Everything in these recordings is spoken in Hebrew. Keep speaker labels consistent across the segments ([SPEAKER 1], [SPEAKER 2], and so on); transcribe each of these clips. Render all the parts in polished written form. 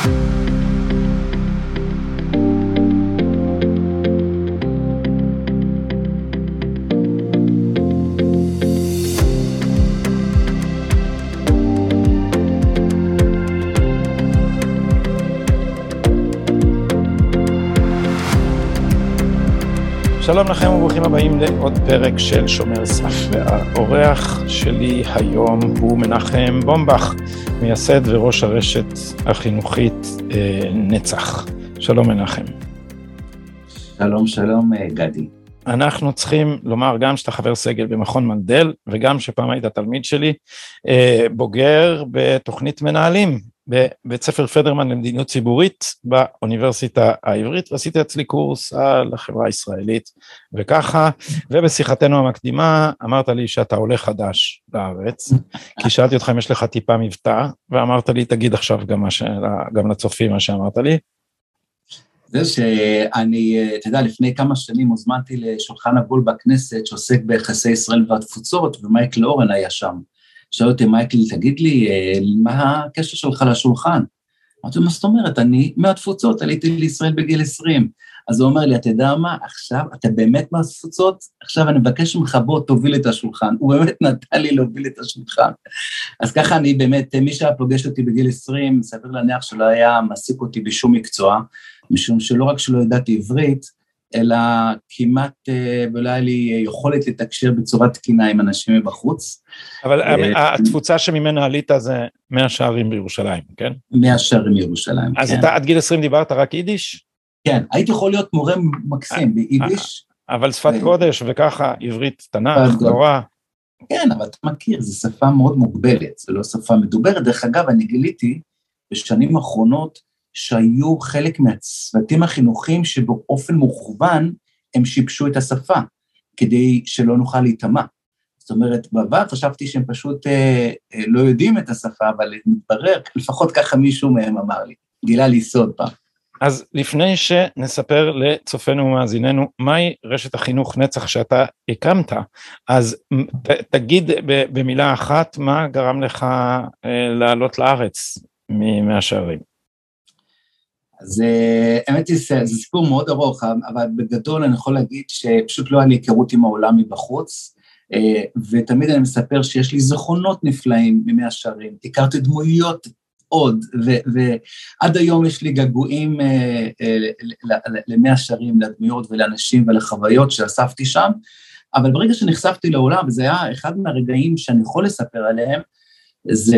[SPEAKER 1] שלום לכם וברוכים הבאים לעוד פרק של שומר סף, והאורח שלי היום הוא מנחם בומבך, מייסד וראש הרשת החינוכית נצח. שלום מנחם.
[SPEAKER 2] שלום גדי.
[SPEAKER 1] אנחנו צריכים לומר גם שאתה חבר סגל במכון מנדל, וגם שפעם היית תלמיד שלי, בוגר בתוכנית מנהלים, בבית ספר פדרמן למדיניות ציבורית באוניברסיטה העברית, ועשיתי אצלי קורס על החברה הישראלית וככה, ובשיחתנו המקדימה אמרת לי שאתה עולה חדש לארץ, כי שאלתי אותך אם יש לך טיפה מבטא, ואמרת לי תגיד עכשיו גם לצופים מה שאמרת לי.
[SPEAKER 2] זה שאני, אתה יודע, לפני כמה שנים הוזמנתי לשולחן עגול בכנסת שעוסק ביחסי ישראל והתפוצות, ומייקל אורן היה שם. שאל אותי, מייקל, תגיד לי, מה הקשר שלך לשולחן? אמרתי, מה זאת אומרת? אני מהתפוצות, עליתי לישראל בגיל 20. אז הוא אומר לי, אתה יודע מה, עכשיו, אתה באמת מהתפוצות? עכשיו אני מבקש ממך, בוא, תוביל את השולחן. הוא באמת נתן לי להוביל את השולחן. אז ככה אני באמת, מי שהיה פוגש אותי בגיל 20, סביר להניח שלא היה מעסיק אותי בשום מקצוע, משום שלא רק שלא ידעתי עברית, אלא כמעט ולא היה לי יכולת לתקשר בצורה תקינה עם אנשים מבחוץ.
[SPEAKER 1] אבל התפוצה שממנה עלית זה 100 שערים בירושלים, כן?
[SPEAKER 2] 100 שערים בירושלים, כן.
[SPEAKER 1] אז אתה עד גיל 20 דיברת רק יידיש?
[SPEAKER 2] כן, הייתי יכול להיות מורה מקסים ביידיש.
[SPEAKER 1] אבל שפת קודש וככה, עברית, תנ"ך, תורה.
[SPEAKER 2] כן, אבל אתה מכיר, זו שפה מאוד מוגבלת, זו לא שפה מדוברת. דרך אגב, אני גיליתי בשנים האחרונות, שהיו חלק מהצוותים החינוכיים שבאופן מוכוון הם שיבשו את השפה, כדי שלא נוכל להתאמה. זאת אומרת, בעבר חשבתי שהם פשוט לא יודעים את השפה, אבל מתברר, לפחות ככה מישהו מהם אמר לי, גילה לי סוד פעם.
[SPEAKER 1] אז לפני שנספר לצופינו ומאזיננו, מהי רשת החינוך נצח שאתה הקמת, אז תגיד במילה אחת, מה גרם לך לעלות לארץ מהשערים?
[SPEAKER 2] אז האמת היא, זה סיפור מאוד ארוך, אבל בגדול אני יכול להגיד שפשוט לא היה לי היכרות עם העולם מבחוץ, ותמיד אני מספר שיש לי זיכרונות נפלאים ממאה השערים, הכרתי דמויות עוד, ועד היום יש לי געגועים למאה השערים, לדמויות ולאנשים ולחוויות שאספתי שם, אבל ברגע שנחשפתי לעולם, וזה היה אחד מהרגעים שאני יכול לספר עליהם, זה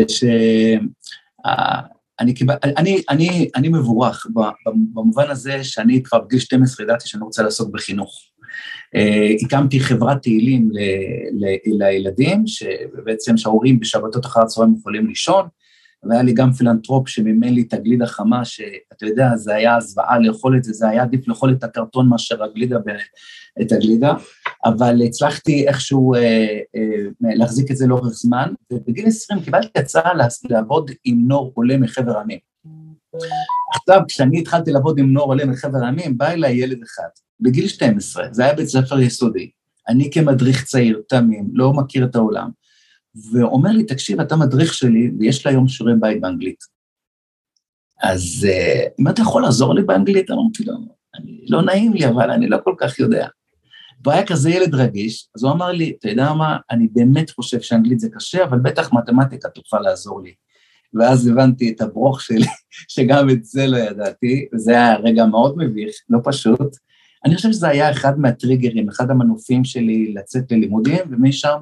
[SPEAKER 2] אני מבורך במובן הזה שאני כבר בגיל 12 ידעתי שאני רוצה לעסוק בחינוך. הקמתי חברת תהילים לילדים, שבעצם שההורים בשבתות אחר הצהריים יכולים לישון, והיה לי גם פילנטרופ שמימן לי את הגלידה חמה, שאתה יודע, זה היה זוועה לאכול את זה, זה היה עדיף לאכול את הקרטון מאשר את הגלידה, אבל הצלחתי איכשהו להחזיק את זה לאורך זמן, ובגיל 20 קיבלתי הצעה לעבוד עם נוער עולה מחבר העמים. עכשיו, כשאני התחלתי לעבוד עם נוער עולה מחבר העמים, בא אליי ילד אחד, בגיל 12, זה היה בית ספר יסודי, אני כמדריך צעיר, תמים, לא מכיר את העולם, ואומר לי, תקשיב, אתה מדריך שלי, ויש לה יום שיעורי בית באנגלית. אז אם אתה יכול לעזור לי באנגלית, אמרתי לו, לא נעים לי, אבל אני לא כל כך יודע. והיה כזה ילד רגיש, אז הוא אמר לי, אתה יודע מה, אני באמת חושב שאנגלית זה קשה, אבל בטח מתמטיקה תוכל לעזור לי. ואז הבנתי את הברוך שלי, שגם את זה לא ידעתי, וזה היה רגע מאוד מביך, לא פשוט. אני חושב שזה היה אחד מהטריגרים, אחד המנופים שלי לצאת ללימודים, ומשם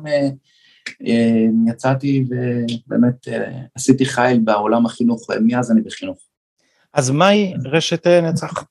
[SPEAKER 2] יצאתי ובאמת עשיתי חייל בעולם החינוך, מאז אני בחינוך.
[SPEAKER 1] אז מהי רשת נצח?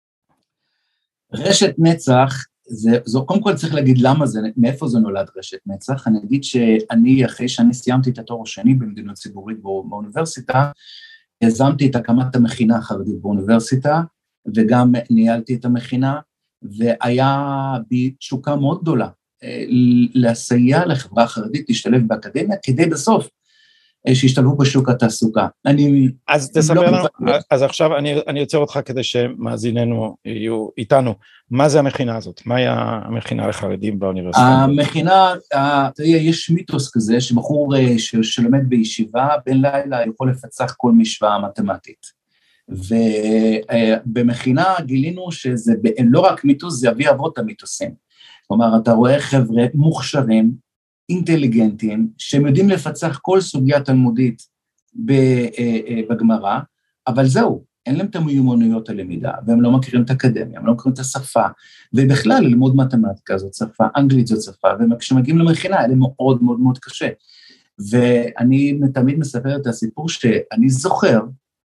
[SPEAKER 2] רשת נצח, זו קודם כל צריך להגיד למה זה, מאיפה זה נולד רשת נצח, אני אגיד שאני, אחרי שאני סיימתי את התואר השני במדיניות ציבורית באוניברסיטה, יזמתי את הקמת המכינה החרדית באוניברסיטה, וגם ניהלתי את המכינה, והיה בי תשוקה מאוד גדולה, לסייע לחברה החרדית להשתלב באקדמיה, כדי בסוף שישתלבו בשוק התעסוקה.
[SPEAKER 1] אז תספר לנו, אז עכשיו אני יוצר אותך כדי שמאזיננו יהיו איתנו, מה זה המכינה הזאת? מהי המכינה לחרדים באוניברסיטה?
[SPEAKER 2] המכינה, יש מיתוס כזה, שבחור שלומד בישיבה, בין לילה יכול לפצח כל משוואה מתמטית. ובמכינה גילינו שזה לא רק מיתוס, זה אבי אבות המיתוסים. כלומר, אתה רואה חבר'ה מוכשרים, אינטליגנטים, שהם יודעים לפצח כל סוגיה תלמודית בגמרא, אבל זהו, אין להם את המיומנויות הלמידה, והם לא מכירים את האקדמיה, הם לא מכירים את השפה, ובכלל ללמוד מתמטיקה זאת שפה, אנגלית זאת שפה, וכשמגיעים למכינה, זה מאוד מאוד מאוד קשה. ואני תמיד מספר את הסיפור שאני זוכר,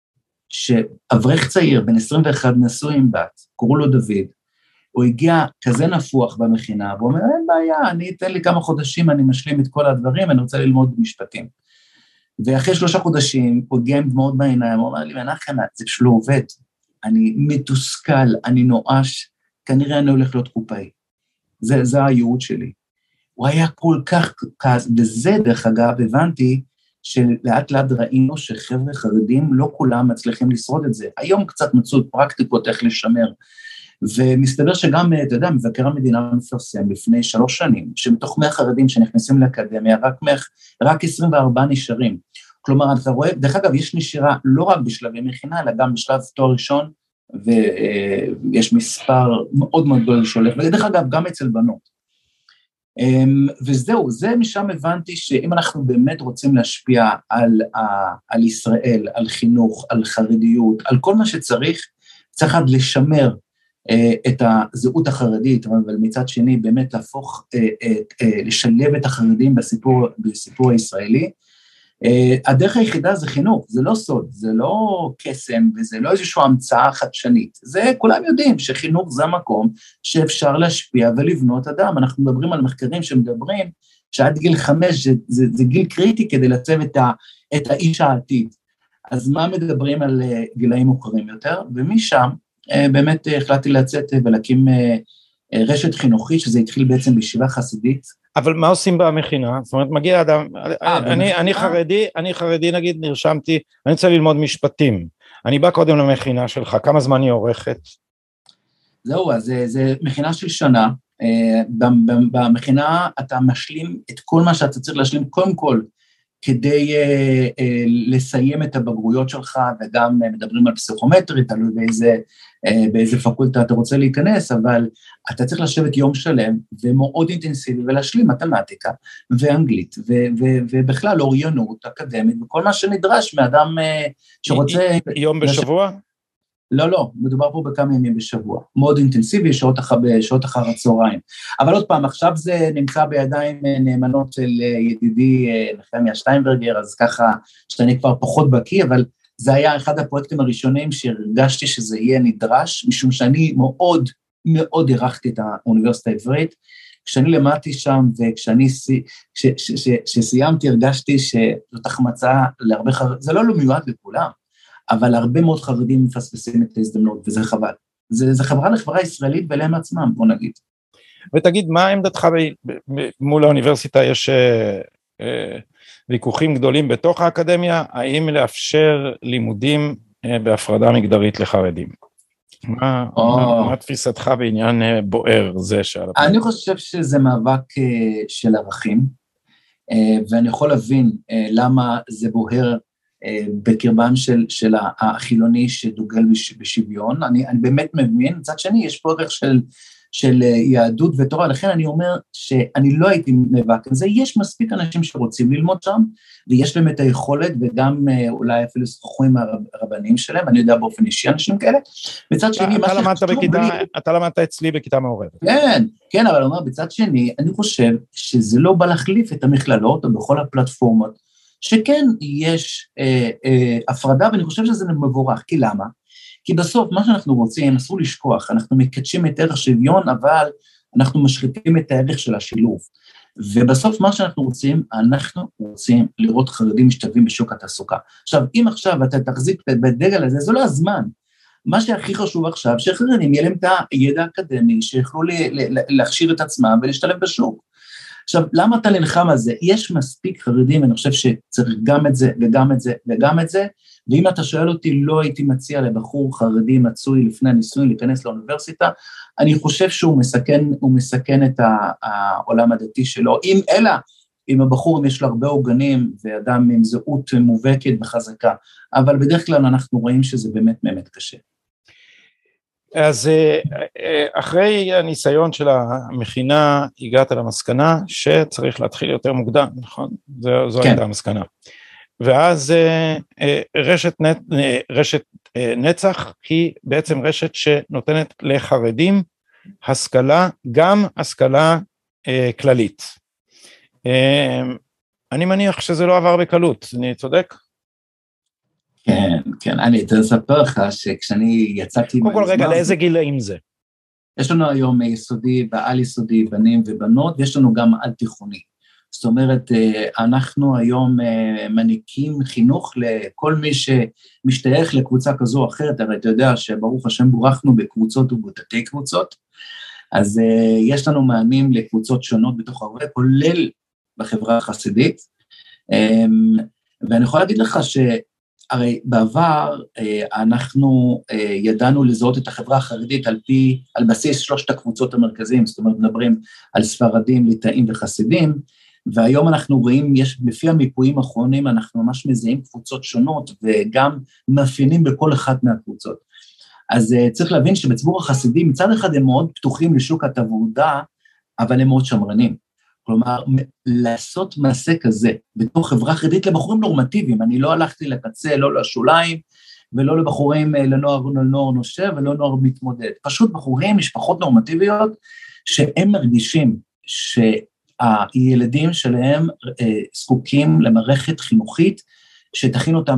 [SPEAKER 2] שאברך צעיר, בן 21 נשוי עם בת, קראו לו דוד, הוא הגיע כזה נפוח במכינה, והוא אומר, אין בעיה, אני אתן לי כמה חודשים, אני משלים את כל הדברים, אני רוצה ללמוד משפטים. ואחרי 3 חודשים, הוא הגיע עם דמעות בעיניים, הוא אמר לי, מנחם, זה שלא עובד, אני מתוסכל, אני נואש, כנראה אני הולך להיות קופאי. זה הייעוד שלי. הוא היה כל כך כעס, וזה דרך אגב, הבנתי, שלאט לאט ראינו שחבר'ה חרדים לא כולם מצליחים לשרוד את זה. היום קצת מצאו פרקטיקות איך לשמר, ומסתבר שגם, אתה יודע, מבקר המדינה מפרסם לפני 3 שנים, שמתוך 100 חרדים שנכנסים לאקדמיה, רק 24 נשארים. כלומר, אתה רואה, דרך אגב, יש נשירה לא רק בשלבי מכינה, אלא גם בשלב תואר ראשון, ויש מספר מאוד מאוד גדול שהולך, ודרך אגב, גם אצל בנות. וזהו, זה משם הבנתי שאם אנחנו באמת רוצים להשפיע על ישראל, על חינוך, על חרדיות, על כל מה שצריך, צריך עד לשמר את הזהות החרדית, אבל מצד שני באמת להפוך, לשלב את החרדים בסיפור הישראלי. הדרך היחידה זה חינוך, זה לא סוד, זה לא קסם, וזה לא איזושהי המצאה חדשנית, זה כולם יודעים שחינוך זה המקום שאפשר להשפיע ולבנות אדם, אנחנו מדברים על מחקרים שמדברים שעד גיל 5 זה גיל קריטי כדי לעצב את האיש העתיד, אז מה מדברים על גילאים מאוחרים יותר, ומשם באמת החלטתי לצאת ולהקים רשת חינוכית, שזה התחיל בעצם בישיבה חסידית.
[SPEAKER 1] אבל מה עושים במכינה? זאת אומרת, מגיע אדם, אני חרדי נגיד, נרשמתי, אני רוצה ללמוד משפטים, אני בא קודם למכינה שלך, כמה זמן היא עורכת?
[SPEAKER 2] זהו, אז זה מכינה של שנה, במכינה אתה משלים את כל מה שאתה צריך להשלים, קודם כל, כדי לסיים את הבגרויות שלך, וגם מדברים על פסיכומטרי, תלוי באיזה פקולטה אתה רוצה להיכנס, אבל אתה צריך לשבת יום שלם, ומאוד אינטנסיבי, ולהשלים מתמטיקה, ואנגלית, ובכלל אוריינות אקדמית, וכל מה שנדרש מאדם שרוצה...
[SPEAKER 1] יום בשבוע?
[SPEAKER 2] לא, מדובר פה בכמה ימים בשבוע, מאוד אינטנסיבי, שעות אחר הצהריים. אבל עוד פעם, עכשיו זה נמצא בידיים נאמנות של ידידי נחמיה שטיינברגר, אז ככה שאני כבר פחות בקיא, אבל זה היה אחד הפרויקטים הראשונים שהרגשתי שזה יהיה נדרש, משום שאני מאוד מאוד הערכתי את האוניברסיטה העברית, כשאני למדתי שם וכשסיימתי הרגשתי שזאת החמצה להרבה חרדים, זה לא מיועד לכולם, אבל הרבה מאוד חרדים מפספסים את ההזדמנות, וזה חבל. זה חברה לחברה ישראלית ולהם עצמם, בוא נגיד.
[SPEAKER 1] ותגיד, מה עמדתך מול האוניברסיטה? יש ויכוחים גדולים בתוך האקדמיה, האם לאפשר לימודים בהפרדה מגדרית לחרדים? מה תפיסתך בעניין בוער זה שעל הפרק?
[SPEAKER 2] אני חושב שזה מאבק של ערכים, ואני יכול להבין למה זה בוער בקרבם של החילוני שדוגל בשוויון, אני באמת מבין, מצד שני יש פה ערך של יהדות ותורה, לכן אני אומר שאני לא הייתי נאבק על זה, יש מספיק אנשים שרוצים ללמוד שם, ויש להם את היכולת, וגם אולי אפילו שוחחו עם הרבנים שלהם, אני יודע באופן אישי אנשים כאלה, בצד שני,
[SPEAKER 1] אתה למדת אצלי בכיתה מעורבת.
[SPEAKER 2] כן, אבל אומר, בצד שני, אני חושב שזה לא בא להחליף את המכללות, או בכל הפלטפורמות, שכן יש הפרדה, ואני חושב שזה מבורך, כי למה? כי בסוף מה שאנחנו רוצים, אסור לשכוח, אנחנו מקדשים את ערך שוויון, אבל אנחנו משחיתים את הערך של השילוב, ובסוף מה שאנחנו רוצים לראות חרדים משתלבים בשוק התעסוקה. עכשיו, אם עכשיו אתה תחזיק בדגל הזה, זה לא הזמן, מה שהכי חשוב עכשיו, שחרדים יהיה להם את הידע האקדמי, שיוכלו להכשיר את עצמם ולהשתלב בשוק. עכשיו, למה אתה נלחם על זה? יש מספיק חרדים, אני חושב שצריך גם את זה, וגם את זה, וגם את זה, ואם אתה שואל אותי, לא הייתי מציע לבחור חרדי מצוי לפני הניסוי להיכנס לאוניברסיטה, אני חושב שהוא מסכן את העולם הדתי שלו, אלא עם הבחור אם יש לו הרבה עוגנים, ואדם עם זהות מובהקת וחזקה, אבל בדרך כלל אנחנו רואים שזה באמת באמת קשה.
[SPEAKER 1] אז אחרי הניסיון של המכינה, הגעת למסקנה שצריך להתחיל יותר מוקדם, נכון? זו הייתה המסקנה. ואז רשת נצח היא בעצם רשת שנותנת לחרדים השכלה, גם השכלה כללית. אני מניח שזה לא עבר בקלות, אני צודק?
[SPEAKER 2] כן, כן, אני אספר לך שכשאני יצאתי...
[SPEAKER 1] קודם כל רגע, לאיזה גילאים זה?
[SPEAKER 2] יש לנו היום יסודי ועל יסודי, בנים ובנות, ויש לנו גם על תיכוני. זאת אומרת, אנחנו היום מניקים חינוך לכל מי שמשתייך לקבוצה כזו או אחרת, הרי אתה יודע שברוך השם בורכנו בקבוצות ובתתי קבוצות, אז יש לנו מענים לקבוצות שונות בתוך הרבה, כולל בחברה החסידית, ואני יכול להגיד לך שהרי בעבר אנחנו ידענו לזהות את החברה החרדית על בסיס שלושת הקבוצות המרכזיים, זאת אומרת מדברים על ספרדים, ליטאים וחסידים, והיום אנחנו רואים, לפי המיפויים האחרונים, אנחנו ממש מזהים קבוצות שונות, וגם מאפיינים בכל אחת מהקבוצות. אז צריך להבין שבציבור החסידים, מצד אחד הם מאוד פתוחים לשוק התעבודה, אבל הם מאוד שמרנים. כלומר, לעשות מעשה כזה, בתוך חברה חרדית לבחורים נורמטיביים, אני לא הלכתי לקצה, לא לשוליים, ולא לבחורים, לנוער נושר, ולא נוער מתמודד. פשוט בחורים, משפחות נורמטיביות, שהם מרגישים שהילדים שלהם זקוקים למערכת חינוכית, שתכין אותם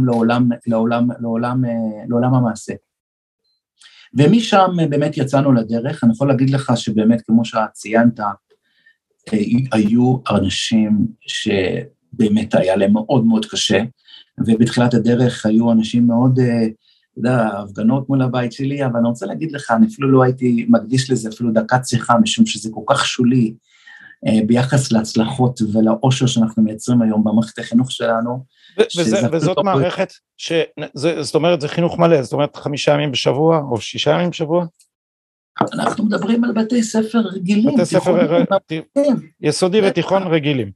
[SPEAKER 2] לעולם המעשה. ומשם באמת יצאנו לדרך, אני יכול להגיד לך שבאמת, כמו שציינת, היו אנשים שבאמת היה להם מאוד מאוד קשה, ובתחילת הדרך היו אנשים מאוד, אתה יודע, הפגנות מול הבית שלי, אבל אני רוצה להגיד לך, אני אפילו לא הייתי מקדיש לזה אפילו דקת שיחה, משום שזה כל כך שולי, ביחס להצלחות ולאושר שאנחנו מייצרים היום במערכת החינוך שלנו.
[SPEAKER 1] וזאת מערכת, זאת אומרת, זה חינוך מלא, זאת אומרת 5 ימים בשבוע, או 6 ימים בשבוע?
[SPEAKER 2] אנחנו מדברים על בתי ספר רגילים.
[SPEAKER 1] בתי ספר יסודי ותיכון רגילים.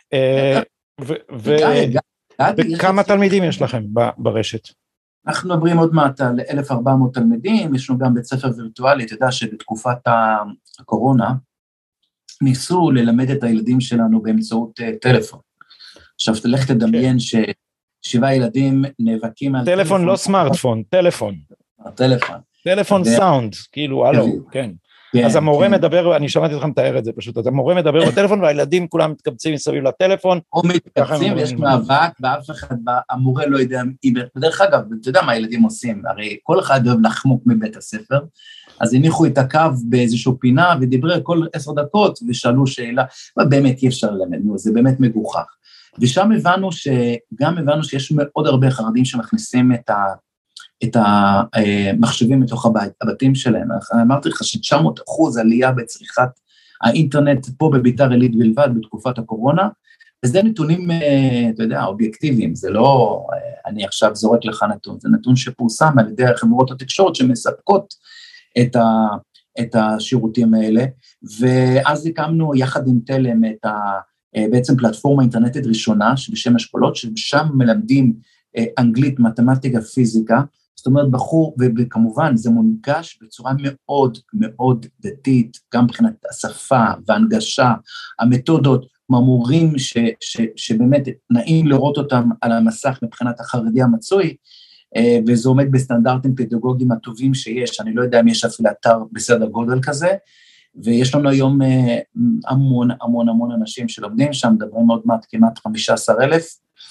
[SPEAKER 1] וכמה תלמידים יש לכם ברשת?
[SPEAKER 2] אנחנו מדברים עוד מעט על 1,400 תלמידים, יש לנו גם בית ספר וירטואלי, אתה יודע שבתקופת הקורונה, ניסו ללמד את הילדים שלנו באמצעות טלפון. עכשיו תלך תדמיין ש7 ילדים נאבקים על
[SPEAKER 1] טלפון, לא סמארטפון, טלפון. טלפון סאונד, כאילו, הלו, כן. אז המורה מדבר, אני שמעתי אתכם מתאר את זה פשוט, אז המורה מדבר בטלפון, והילדים כולם מתקבצים מסביב לטלפון.
[SPEAKER 2] או מתקבצים, ויש מאבק, ואף אחד, המורה לא יודע, בדרך אגב, אתה יודע מה הילדים עושים, הרי כל אחד אוהב לחמוק מבית הספר, אז הניחו את הקו באיזושהי פינה, ודיברו כל 10 דקות, ושאלו שאלה, באמת אי אפשר ללמד, זה באמת מגוחך. ושם הבנו שיש מאוד הרבה חרדים שמכניסים את המחשבים מתוך הבתים שלהם. אמרתי לך ש900% עלייה בצריכת האינטרנט פה בביתר עילית בלבד בתקופת הקורונה, וזה נתונים, אתה יודע, אובייקטיביים, זה לא, אני עכשיו זורק לך נתון, זה נתון שפורסם על ידי חברות התקשורת שמספקות את השירותים האלה, ואז הקמנו יחד עם תלם את בעצם פלטפורמה אינטרנטית ראשונה בשם אשכולות, ששם מלמדים אנגלית, מתמטיקה, פיזיקה, זאת אומרת בחור, וכמובן זה מונגש בצורה מאוד מאוד דתית, גם מבחינת השפה והנגשה, המתודות, המורים שבאמת נעים לראות אותם על המסך מבחינת החרדי המצוי, וזה עומד בסטנדרטים פדגוגיים הטובים שיש, אני לא יודע אם יש אפילו אתר בסדר גודל כזה, ויש לנו היום המון אנשים שלומדים שם, מדברים עוד מעט כמעט 15,000,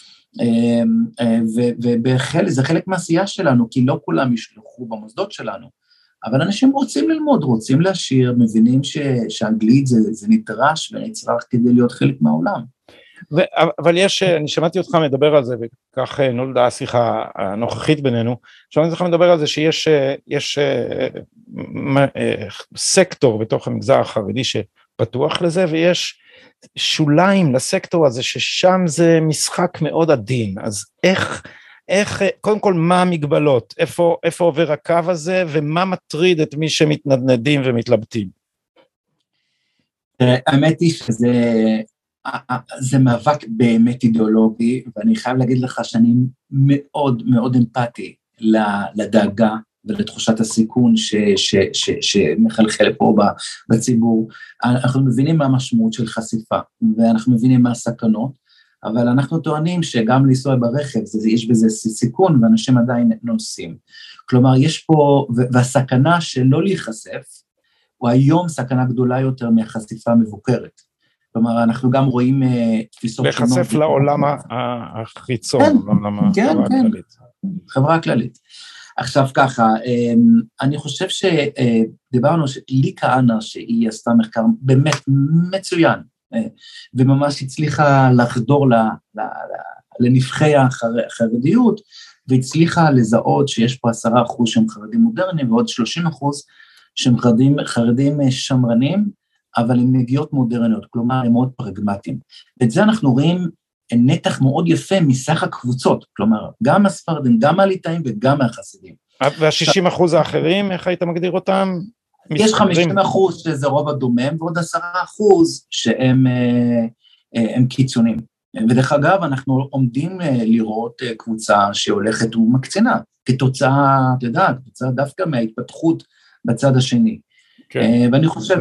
[SPEAKER 2] וזה חלק מהעשייה שלנו, כי לא כולם ישלחו במוסדות שלנו, אבל אנשים רוצים ללמוד, רוצים להשאיר, מבינים שאנגלית זה נדרש ונצרך כדי להיות חלק מהעולם.
[SPEAKER 1] אבל אני שמעתי אותך מדבר על זה, וכך נולדה השיחה הנוכחית בינינו, שמעתי אותך מדבר על זה שיש סקטור בתוך המגזר החרדי שפתוח לזה, ויש שוליים לסקטור הזה, ששם זה משחק מאוד עדין, אז איך, קודם כל מה המגבלות, איפה עובר הקו הזה, ומה מטריד את מי שמתנדנדים ומתלבטים?
[SPEAKER 2] האמת היא שזה זה מאבק באמת אידיאולוגי, ואני חייב להגיד לך שאני מאוד מאוד אמפתי לדאגה ולתחושת הסיכון שמחלחל פה בציבור. אנחנו מבינים מה המשמעות של חשיפה, ואנחנו מבינים מה הסכנות, אבל אנחנו טוענים שגם לנסוע ברכב, יש בזה סיכון, ואנשים עדיין נוסעים. כלומר, יש פה, והסכנה שלא להיחשף, הוא היום סכנה גדולה יותר מהחשיפה המבוקרת. כלומר, אנחנו גם רואים תפיסות שונות.
[SPEAKER 1] להיחשף לעולם החיצון,
[SPEAKER 2] כן, כן, חברה הכללית. עכשיו ככה, אני חושב שדיברנו, לי כהנא שהיא עשתה מחקר באמת מצוין, וממש הצליחה לחדור לנבחי החרדיות, והצליחה לזהות שיש פה 10% שהם חרדים מודרניים, ועוד 30% שהם חרדים שמרנים, אבל הם נגיעות מודרניות, כלומר הם מאוד פרגמטיים. ואת זה אנחנו רואים נתח מאוד יפה מסך הקבוצות, כלומר גם הספרדים, גם הליטאים וגם החסידים.
[SPEAKER 1] וה-60% האחרים, איך היית מגדיר אותם?
[SPEAKER 2] יש 50% שזה רוב הדומם, ועוד 10% שהם קיצונים. ודרך אגב, אנחנו עומדים לראות קבוצה שהולכת ומקצינה, כתוצאה, אתה יודע, כתוצאה דווקא מההתפתחות בצד השני.
[SPEAKER 1] כן,
[SPEAKER 2] ואני חושב,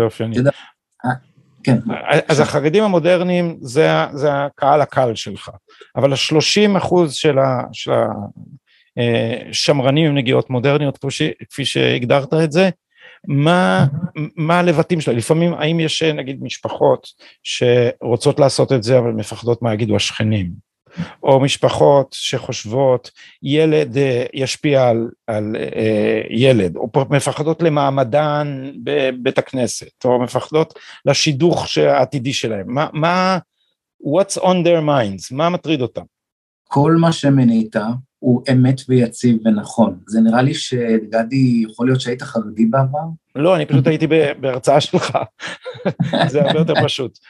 [SPEAKER 2] כן.
[SPEAKER 1] אז החרדים המודרניים זה הקהל הקל שלך, אבל 30% של השמרנים עם נגיעות מודרניות, כפי שהגדרת את זה, מה הלבטים שלה? לפעמים, האם יש נגיד משפחות שרוצות לעשות את זה, אבל מפחדות מה יגידו השכנים? או משפחות שחושבות ילד ישפיע על ילד, או מפחדות למעמדן בבית הכנסת, או מפחדות לשידוך העתידי שלהם. what's on their minds? מה מטריד אותם?
[SPEAKER 2] כל מה שמנית הוא אמת ויציב ונכון. זה נראה לי שגדי, יכול להיות שהיית חרדי בעבר?
[SPEAKER 1] לא, אני פשוט הייתי בהרצאה שלך. זה הרבה יותר פשוט.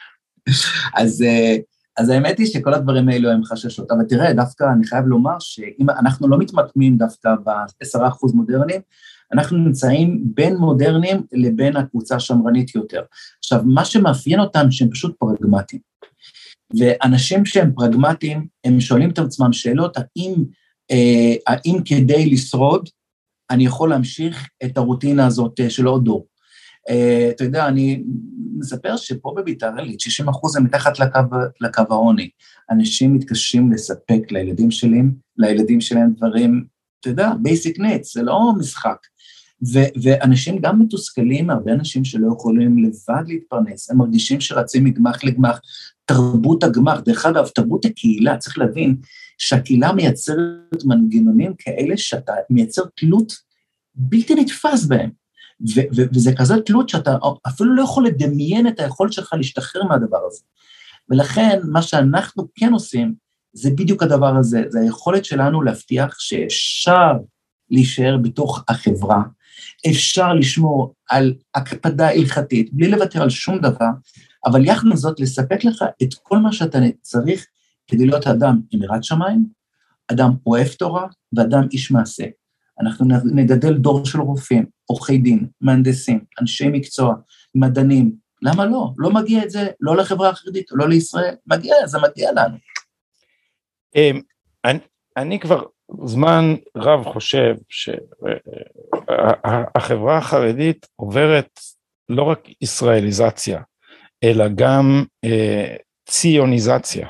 [SPEAKER 2] אז האמת היא שכל הדברים האלו הם חששות, אבל תראה, דווקא אני חייב לומר שאם אנחנו לא מתמקמים דווקא ב10% מודרניים, אנחנו נמצאים בין מודרניים לבין הקבוצה השמרנית יותר. עכשיו, מה שמאפיין אותם שהם פשוט פרגמטיים, ואנשים שהם פרגמטיים, הם שואלים את עצמם שאלות, האם כדי לשרוד, אני יכול להמשיך את הרוטינה הזאת של עוד דור. אתה יודע, אני מספר שפה בביתר עילית, 60% הם מתחת לקו העוני. אנשים מתקשים לספק לילדים שלהם דברים, אתה יודע, basic needs, זה לא משחק. ואנשים גם מתוסכלים, הרבה אנשים שלא יכולים לבד להתפרנס, הם מרגישים שרצים מגמח לגמח, תרבות הגמח, דרך אגב, תרבות הקהילה, צריך להבין שהקהילה מייצרת מנגנונים כאלה שאתה מייצר תלות בלתי נתפס בהם. וזה כזה תלות שאתה אפילו לא יכול לדמיין את היכולת שלך להשתחרר מהדבר הזה. ולכן מה שאנחנו כן עושים, זה בדיוק הדבר הזה, זה היכולת שלנו להבטיח שאפשר להישאר בתוך החברה, אפשר לשמור על הקפדה הלכתית, בלי לוותר על שום דבר, אבל יחד עם זאת לספק לך את כל מה שאתה צריך, כדי להיות אדם עם יראת שמיים, אדם אוהב תורה, ואדם איש מעשה. אנחנו נגדל דור של רופאים, עורכי דין, מהנדסים, אנשי מקצוע, מדענים, למה לא? לא מגיע את זה, לא לחברה החרדית, לא לישראל, זה מגיע לנו.
[SPEAKER 1] אני כבר זמן רב חושב שהחברה החרדית עוברת לא רק ישראליזציה, אלא גם ציוניזציה.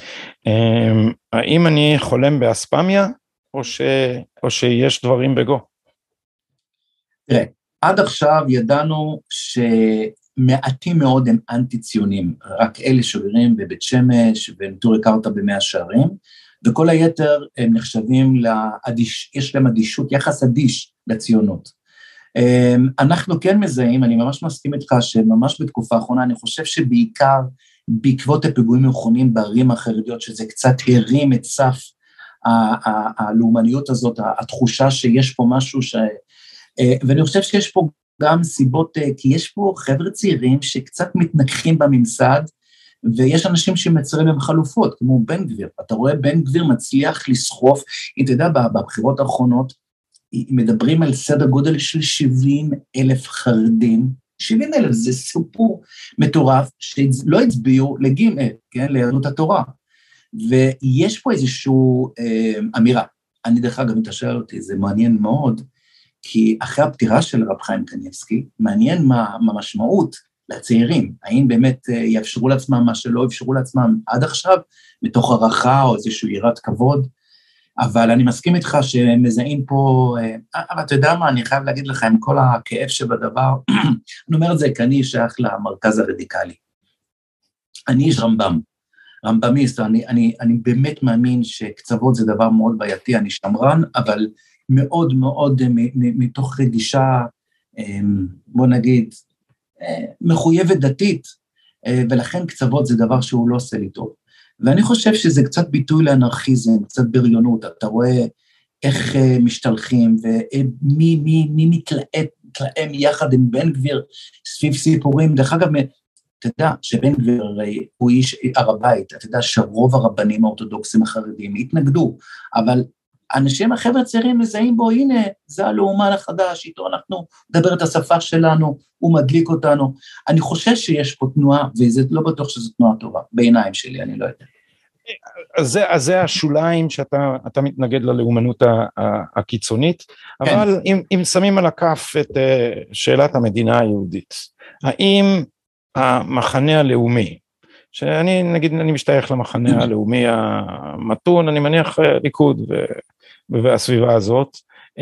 [SPEAKER 1] האם אני חולם באספמיה, או שיש דברים בגו?
[SPEAKER 2] תראה, עד עכשיו ידענו שמעטים מאוד הם אנטי-ציונים, רק אלה שגרים בבית שמש ונטורי קרתא במאה שערים, וכל היתר הם נחשבים יש להם אדישות, יחס אדיש לציונות. אנחנו כן מזהים, אני ממש מסכים איתך שממש בתקופה האחרונה, אני חושב שבעיקר בעקבות הפיגועים האחרונים בערים החרדיות, שזה קצת הרים את סף הלאומניות הזאת, התחושה שיש פה משהו ואני חושב שיש פה גם סיבות, כי יש פה חבר'ה צעירים שקצת מתנגחים בממסד, ויש אנשים שמצרים הם חלופות, כמו בן גביר. אתה רואה בן גביר מצליח לסחוף, אם אתה יודע, בבחירות האחרונות, מדברים על סדר גודל של 70,000 חרדים, 70,000, זה סיפור מטורף, שלא הצביעו לגימל, כן, ליהדות התורה, ויש פה איזושהי אמירה, אני דרך אגב מתשאל אותי, זה מעניין מאוד, כי אחרי הפטירה של רב חיים קניבסקי, מעניין מה המשמעות לצעירים, האם באמת יאפשרו לעצמם מה שלא יאפשרו לעצמם עד עכשיו, מתוך הערכה או איזושהי יראת כבוד, אבל אני מסכים איתך שמזהים פה, אבל אתה יודע מה, אני חייב להגיד לך, עם כל הכאב שבדבר, אני אומר את זה כי אני שייך למרכז הרדיקלי. אני איש רמב"מיסט, אני באמת מאמין שקצוות זה דבר מאוד בעייתי, אני שמרן, אבל מאוד מאוד מתוך רגישה, בוא נגיד, מחויבת דתית, ולכן קצוות זה דבר שהוא לא עושה לי טוב. ואני חושב שזה קצת ביטוי לאנרכיזם, קצת בריונות, אתה רואה איך משתלחים, ומי מתלהם יחד עם בן גביר סביב סיפורים, דרך אגב, אתה יודע שבן גביר הוא איש הר הבית, אתה יודע שרוב הרבנים האורתודוקסים החרדים התנגדו, אבל אנשים החבר'ה הצעירים מזהים בו, הנה, זה הלאומן החדש, איתו אנחנו נדבר את השפה שלנו, הוא מדליק אותנו. אני חושב שיש פה תנועה, וזה לא בטוח שזו תנועה טובה, בעיניים שלי, אני לא יודע.
[SPEAKER 1] אז זה השוליים שאתה מתנגד ללאומנות הקיצונית, כן. אבל אם שמים על הכף את שאלת המדינה היהודית, האם המחנה הלאומי, שאני נגיד אני משתייך למחנה הלאומי המתון, אני מניח ליכוד והסביבה הזאת,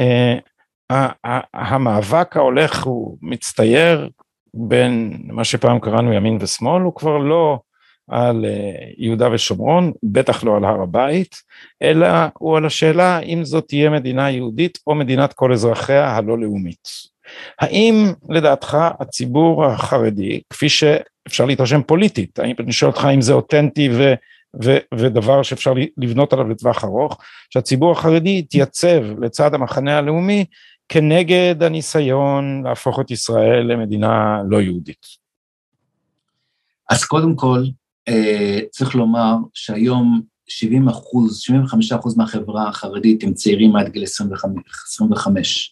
[SPEAKER 1] המאבק ההולך הוא מצטייר בין מה שפעם קראנו ימין ושמאל, הוא כבר לא על יהודה ושומרון, בטח לא על הר הבית, אלא הוא על השאלה אם זאת תהיה מדינה יהודית או מדינת כל אזרחיה הלא לאומית. האם לדעתך הציבור החרדי, כפי שאפשר להתרשם פוליטית, אני שואל אותך אם זה אותנטי ודבר שאפשר לבנות עליו לטווח ארוך, שהציבור החרדי יתייצב לצד המחנה הלאומי, כנגד הניסיון להפוך את ישראל למדינה לא יהודית?
[SPEAKER 2] אז קודם כל, צריך לומר שהיום 75% מהחברה החרדית הם צעירים עד גיל 25.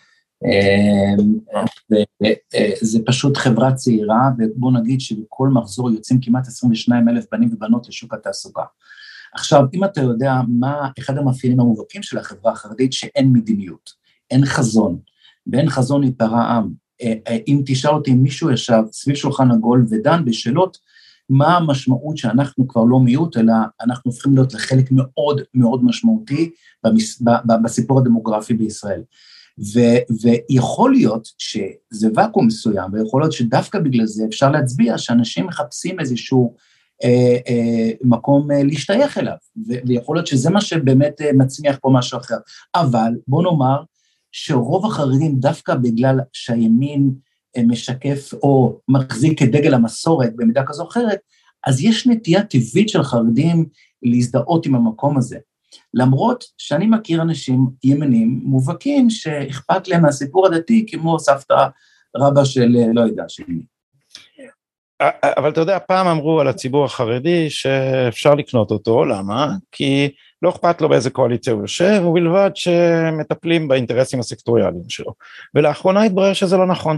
[SPEAKER 2] זה פשוט חברה צעירה, ובוא נגיד שבכל מחזור יוצאים כמעט 22,000 בנים ובנות לשוק התעסוקה. עכשיו, אם אתה יודע מה אחד המאפיינים המובהקים של החברה החרדית, שאין מדיניות, אין חזון, ואין חזון ייפרע עם. אם תשאל אותי, אם מישהו ישב סביב שולחן עגול ודן בשאלות, מה המשמעות שאנחנו כבר לא מיעוט, אלא אנחנו הופכים להיות לחלק מאוד מאוד משמעותי בסיפור הדמוגרפי בישראל. ויכול להיות שזה וקום מסוים, ויכול להיות שדווקא בגלל זה אפשר להצביע שאנשים מחפשים איזשהו מקום להשתייך אליו, ויכול להיות שזה מה שבאמת מצמיח פה משהו אחר. אבל בוא נאמר שרוב החרדים דווקא בגלל שהימין משקף או מחזיק כדגל המסורת במידה כזו או אחרת, אז יש נטייה טבעית של חרדים להזדהות עם המקום הזה. למרות שאני מכיר אנשים ימנים מובהקים שאכפת להם מהסיפור הדתי, כמו סבתא רבא של לא יודע שלי.
[SPEAKER 1] אבל אתה יודע, פעם אמרו על הציבור החרדי שאפשר לקנות אותו, למה? כי לא אכפת לו באיזה קואליציה הוא יושב, ובלבד שמטפלים באינטרסים הסקטוריאליים שלו. ולאחרונה התברר שזה לא נכון.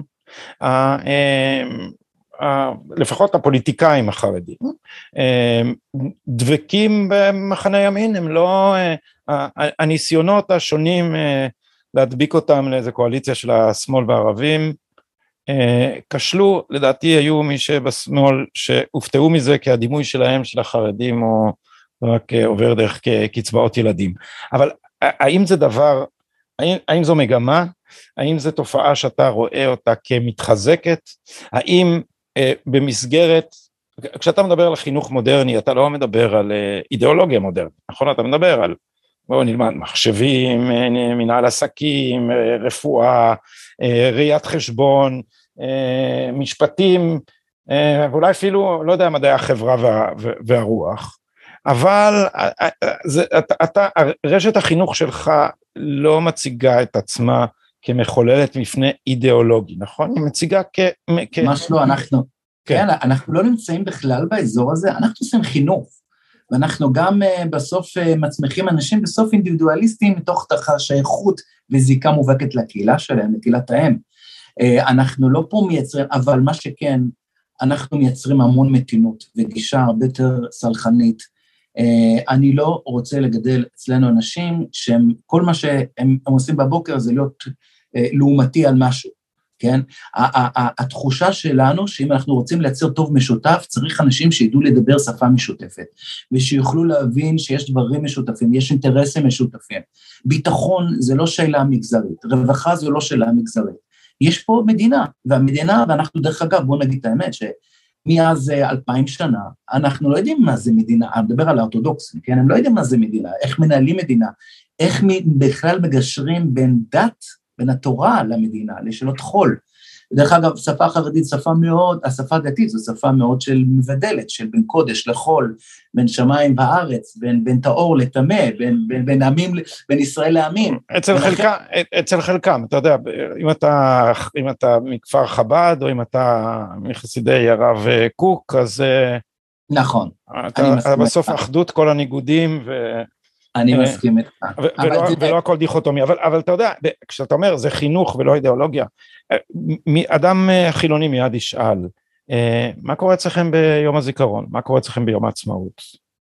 [SPEAKER 1] לפחות הפוליטיקאים החרדים, דבקים במחנה ימין, הם לא, הניסיונות השונים להדביק אותם לאיזה קואליציה של השמאל והערבים, כשלו, לדעתי היו מי שבשמאל שהופתעו מזה, כי הדימוי שלהם של החרדים הוא רק עובר דרך קצבאות ילדים. אבל האם זה דבר, האם זו מגמה? האם זו תופעה שאתה רואה אותה כמתחזקת? האם במסגרת, כשאתה מדבר על חינוך מודרני, אתה לא מדבר על אידיאולוגיה מודרנית, נכון? אתה מדבר על, בואו נלמד, מחשבים, מנהל עסקים, רפואה, ראיית חשבון, משפטים, ואולי אפילו, לא יודע, מדעי החברה והרוח, אבל רשת החינוך שלך לא מציגה את עצמה כמחוללת מפני אידיאולוגי, נכון? היא מציגה
[SPEAKER 2] ממש לא, אנחנו לא נמצאים בכלל באזור הזה, אנחנו עושים חינוך, ואנחנו גם בסוף מצמיחים אנשים בסוף אינדיבידואליסטים, מתוך שייכות וזיקה מובהקת לקהילה שלהם, לקהילת האם. אנחנו לא פה מייצרים, אבל מה שכן, אנחנו מייצרים המון מתינות, וגישה הרבה יותר סלחנית. אני לא רוצה לגדל אצלנו אנשים, כל מה שהם עושים בבוקר זה להיות לעומתי על משהו, כן? התחושה שלנו, שאם אנחנו רוצים לייצר טוב משותף, צריך אנשים שידעו לדבר שפה משותפת, ושיוכלו להבין שיש דברים משותפים, יש אינטרסים משותפים. ביטחון זה לא שאלה מגזרית, רווחה זה לא שאלה מגזרית. יש פה מדינה, והמדינה, ואנחנו דרך אגב, בואו נגיד את האמת, שמאז 2000 שנה, אנחנו לא יודעים מה זה מדינה, אני מדבר על האורתודוקסים, כן? הם לא יודעים מה זה מדינה, איך מנהלים מדינה, איך בכלל מגשרים בין דת, בין התורה למדינה, לשאלות חול. דרך אגב, שפה חרדית, השפה דתית, זו שפה מאוד של מבדלת, של בין קודש לחול, בין שמיים וארץ, בין טהור לטמא, בין עמים, בין ישראל לעמים.
[SPEAKER 1] אצל חלקם, אתה יודע, אם אתה מכפר חב"ד, או אם אתה מחסידי הרב קוק, אז...
[SPEAKER 2] נכון.
[SPEAKER 1] בסוף אחדות כל הניגודים
[SPEAKER 2] אני מסכים איתך.
[SPEAKER 1] ולא הכל דיכוטומי, אבל אתה יודע, כשאתה אומר, זה חינוך ולא אידיאולוגיה, אדם חילוני מיד ישאל, מה קורה אצלכם ביום הזיכרון? מה קורה אצלכם ביום העצמאות?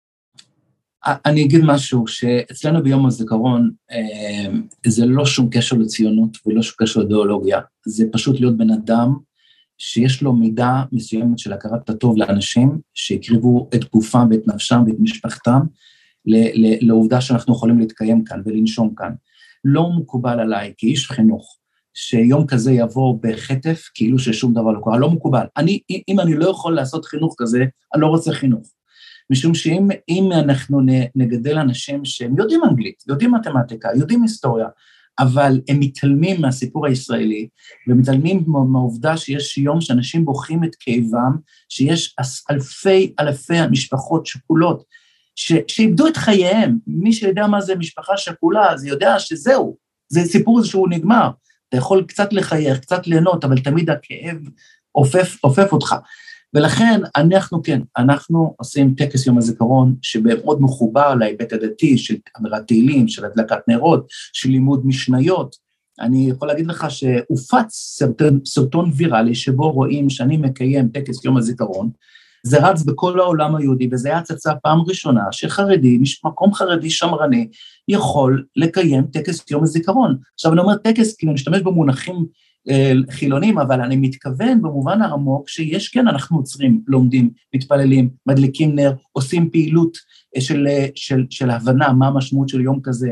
[SPEAKER 2] אני אגיד משהו, שאצלנו ביום הזיכרון, זה לא שום קשר לציונות, ולא שום קשר לאידיאולוגיה, זה פשוט להיות בן אדם, שיש לו מידה מסוימת של הכרת הטוב לאנשים, שהקריבו את גופם ואת נפשם ואת משפחתם, לעובדה שאנחנו יכולים להתקיים כאן ולנשום כאן. לא מקובל עליי, כאיש חינוך, שיום כזה יבוא בחטף, כאילו ששום דבר לא קורה, לא מקובל. אם אני לא יכול לעשות חינוך כזה, אני לא רוצה חינוך. משום שאם אנחנו נגדל אנשים שהם יודעים אנגלית, יודעים מתמטיקה, יודעים היסטוריה, אבל הם מתעלמים מהסיפור הישראלי, ומתעלמים מהעובדה שיש יום שאנשים בוכים את כאבם, שיש אלפי המשפחות שכולות, שאיבדו את חייהם, מי שיודע מה זה משפחה שכולה, אז יודע שזהו, זה סיפור שהוא נגמר, אתה יכול קצת לחייך, קצת ליהנות, אבל תמיד הכאב עופף אותך, ולכן אנחנו עושים טקס יום הזיכרון, שמאוד מחובר להיבט הדתי, של אמירת תהילים, של הדלקת נרות, של לימוד משניות, אני יכול להגיד לך שהופץ סרטון ויראלי, שבו רואים שאני מקיים טקס יום הזיכרון, זה רץ בכל העולם היהודי, וזה היה הצצה פעם ראשונה, שחרדי, מקום חרדי שמרני, יכול לקיים טקס יום הזיכרון. עכשיו אני אומר טקס, כי אני משתמש במונחים חילונים, אבל אני מתכוון במובן העמוק, שיש כן, אנחנו עוצרים, לומדים, מתפללים, מדליקים נר, עושים פעילות של הבנה, מה המשמעות של יום כזה.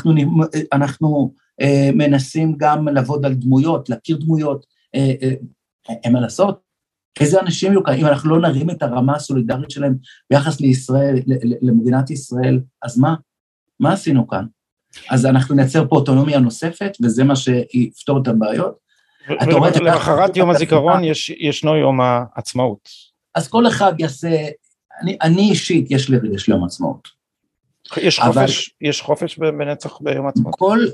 [SPEAKER 2] אנחנו מנסים גם לעבוד על דמויות, להכיר דמויות, אין מה לעשות, איזה אנשים יהיו כאן, אם אנחנו לא נרים את הרמה הסולידרית שלהם ביחס לישראל, למדינת ישראל, אז מה עשינו כאן? אז אנחנו נייצר פה אוטונומיה נוספת, וזה מה שיפתור את הבעיות.
[SPEAKER 1] ולמחרת יום הזיכרון ישנו יום העצמאות.
[SPEAKER 2] אז כל אחד יעשה, אני אישית, יש לי רגש ליום העצמאות.
[SPEAKER 1] יש חופש בנצח ביום העצמאות?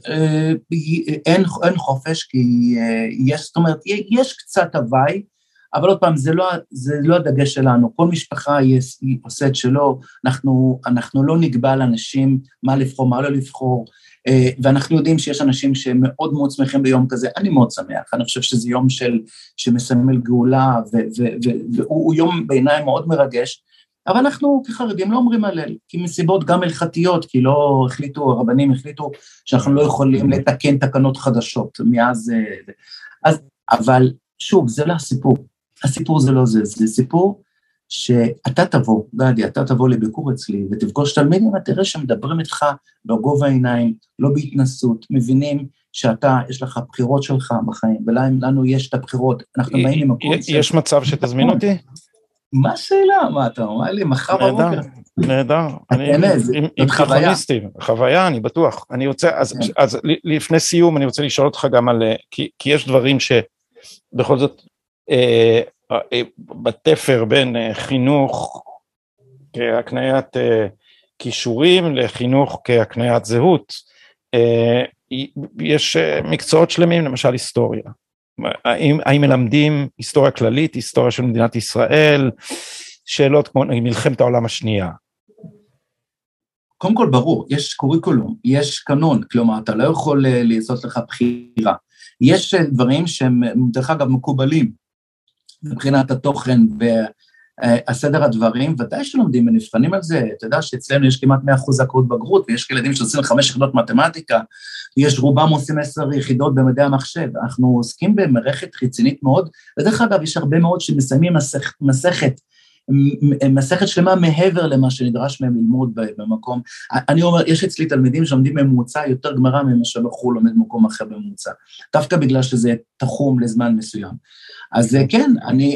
[SPEAKER 2] אין חופש, כי זאת אומרת, יש קצת הוואי, אבל עוד פעם, זה לא הדגש שלנו, כל משפחה עושה את שלו, אנחנו לא נקבע לאנשים מה לבחור, מה לא לבחור, ואנחנו יודעים שיש אנשים שמאוד מאוד שמחים ביום כזה, אני מאוד שמח, אני חושב שזה יום שמסמל גאולה, והוא יום בעיניי מאוד מרגש, אבל אנחנו כחרדים לא אומרים הלל, כי מסיבות גם הלכתיות, כי לא החליטו, הרבנים החליטו, שאנחנו לא יכולים לתקן תקנות חדשות, מאז, אבל שוב, זה לא הסיפור, הסיפור זה לא זה, זה סיפור שאתה תבוא, גדי, אתה תבוא לביקור אצלי, ותפגוש תלמידים, תראה שמדברים איתך בגובה העיניים, לא בהתנסות, מבינים שאתה, יש לך בחירות שלך בחיים, ולנו יש את הבחירות, אנחנו באים עם הכל.
[SPEAKER 1] יש מצב שתזמין אותי?
[SPEAKER 2] מה השאלה? מה אתה אומר לי? מחר בבוקר.
[SPEAKER 1] נהדר, עם תיכוניסטים, חוויה, אני בטוח. אני רוצה, אז לפני סיום, אני רוצה לשאול אותך גם על, כי יש דברים שבכל זאת, בתפר בין חינוך כהקניית כישורים לחינוך כהקניית זהות, יש מקצועות שלמים, למשל היסטוריה. האם מלמדים היסטוריה כללית, היסטוריה של מדינת ישראל, שאלות כמו מלחמת העולם השנייה?
[SPEAKER 2] קודם כל ברור, יש קוריקולום, יש קנון, כלומר אתה לא יכול לעשות לך בחירה. יש דברים שהם, דרך אגב, מקובלים, מבחינת התוכן והסדר הדברים, ודאי שלומדים ונבחנים על זה, אתה יודע שאצלנו יש כמעט 100% זכאות בגרות, ויש ילדים שעושים 5 יחידות מתמטיקה, יש רובם עושים 10 יחידות במדעי המחשב, אנחנו עוסקים במערכת רצינית מאוד, ודרך אגב יש הרבה מאוד שמסיימים מסכת שלמה מעבר למה שנדרש מהם ללמוד במקום, אני אומר, יש אצלי תלמידים שעומדים ממוצע יותר גמרא ממה שבחור לומד במקום אחר בממוצע, דווקא בגלל שזה תחום לזמן מסוים. אז כן,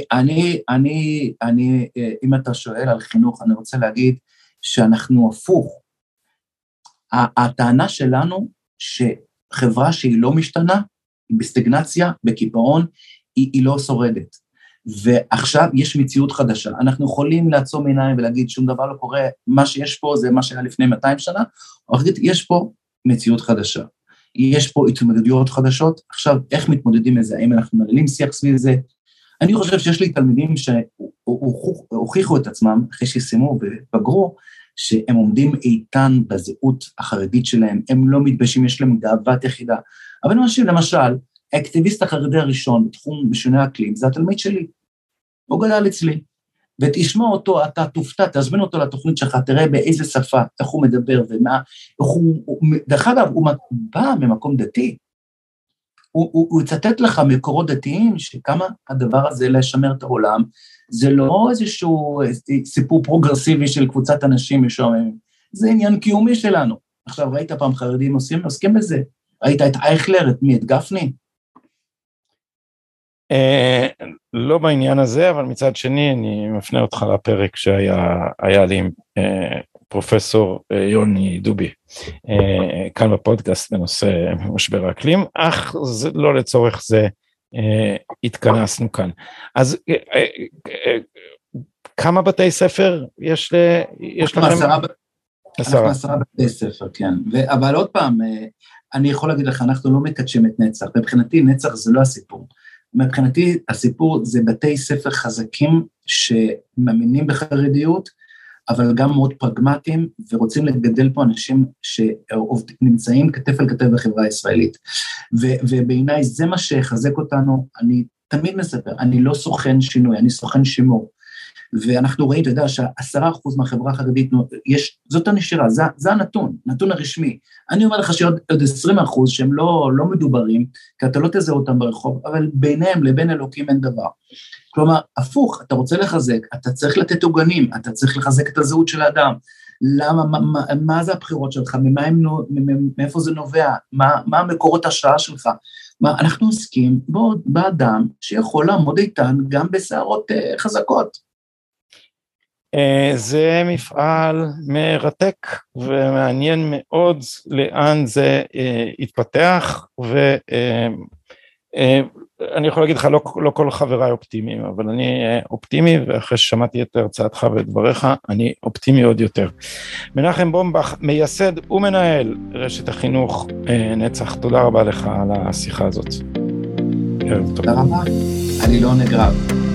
[SPEAKER 2] אם אתה שואל על חינוך, אני רוצה להגיד שאנחנו הפוך. הטענה שלנו שחברה שהיא לא משתנה, היא בסטגנציה, בקיפאון, היא לא שורדת. ועכשיו יש מציאות חדשה. אנחנו יכולים לעצום עיניים ולהגיד שום דבר לא קורה, מה שיש פה זה מה שהיה לפני 200 שנה, אבל יש פה מציאות חדשה. יש פה התמודדויות חדשות, עכשיו איך מתמודדים לזה, האם אנחנו מנהלים שיח סביב זה, אני חושב שיש לי תלמידים שהוכיחו את עצמם, אחרי שסיימו ובגרו, שהם עומדים איתן בזהות החרדית שלהם, הם לא מתביישים, יש להם גאוות יחידה, אבל למשל, האקטיביסט החרדי הראשון בתחום משונה אקלים, זה התלמיד שלי, הוא גדל אצלי, ותשמע אותו, אתה תופתע, תזמין אותו לתוכנית שלך, תראה באיזה שפה, איך הוא מדבר, ומה, דרך אגב, הוא בא ממקום דתי, הוא יצטט לך מקורות דתיים, שכמה הדבר הזה לשמר את העולם, זה לא איזשהו סיפור פרוגרסיבי של קבוצת אנשים משוממים, זה עניין קיומי שלנו. עכשיו ראית פעם חרדים עוסקים בזה? ראית את אייכלר, את מי? את גפני?
[SPEAKER 1] לא בעניין הזה, אבל מצד שני אני מפנה אותך לפרק שהיה לי עם פרופסור יוני דובי, כאן בפודקאסט בנושא משבר האקלים, אך לא לצורך זה התכנסנו כאן. אז כמה בתי ספר יש לכם?
[SPEAKER 2] 10 בתי ספר, כן. אבל עוד פעם, אני יכול להגיד לך, אנחנו לא מקדשים את נצח, מבחינתי נצח זה לא הסיפור. מבחינתי הסיפור זה בתי ספר חזקים שמאמינים בחרדיות, אבל גם מאוד פרגמטיים, ורוצים לגדל פה אנשים שנמצאים כתף על כתף בחברה הישראלית. ובעיניי זה מה שחזק אותנו, אני תמיד מספר, אני לא סוכן שינוי, אני סוכן שימור. ואנחנו רואים, אתה יודע, ש10% מהחברה החרדית, זאת הנשירה, זה הנתון הרשמי. אני אומר לך שעוד 20% שהם לא מדוברים, כי אתה לא תזהה אותם ברחוב, אבל ביניהם לבין אלוקים אין דבר. כלומר, הפוך, אתה רוצה לחזק, אתה צריך לתת עוגנים, אתה צריך לחזק את הזהות של האדם. למה, מה זה הבחירות שלך, מאיפה זה נובע, מה המקורות ההשראה שלך? אנחנו עוסקים באדם שיכול לעמוד איתן גם בסערות חזקות.
[SPEAKER 1] זה מפעל מרתק ומעניין מאוד לאן זה התפתח, ואני יכול להגיד לך, לא כל חבריי אופטימיים, אבל אני אופטימי, ואחרי ששמעתי את הרצאתך ודבריך, אני אופטימי עוד יותר. מנחם בומבך, מייסד ומנהל רשת החינוך נצח, תודה רבה לך על השיחה הזאת.
[SPEAKER 2] תודה רבה, אני לא נגרב.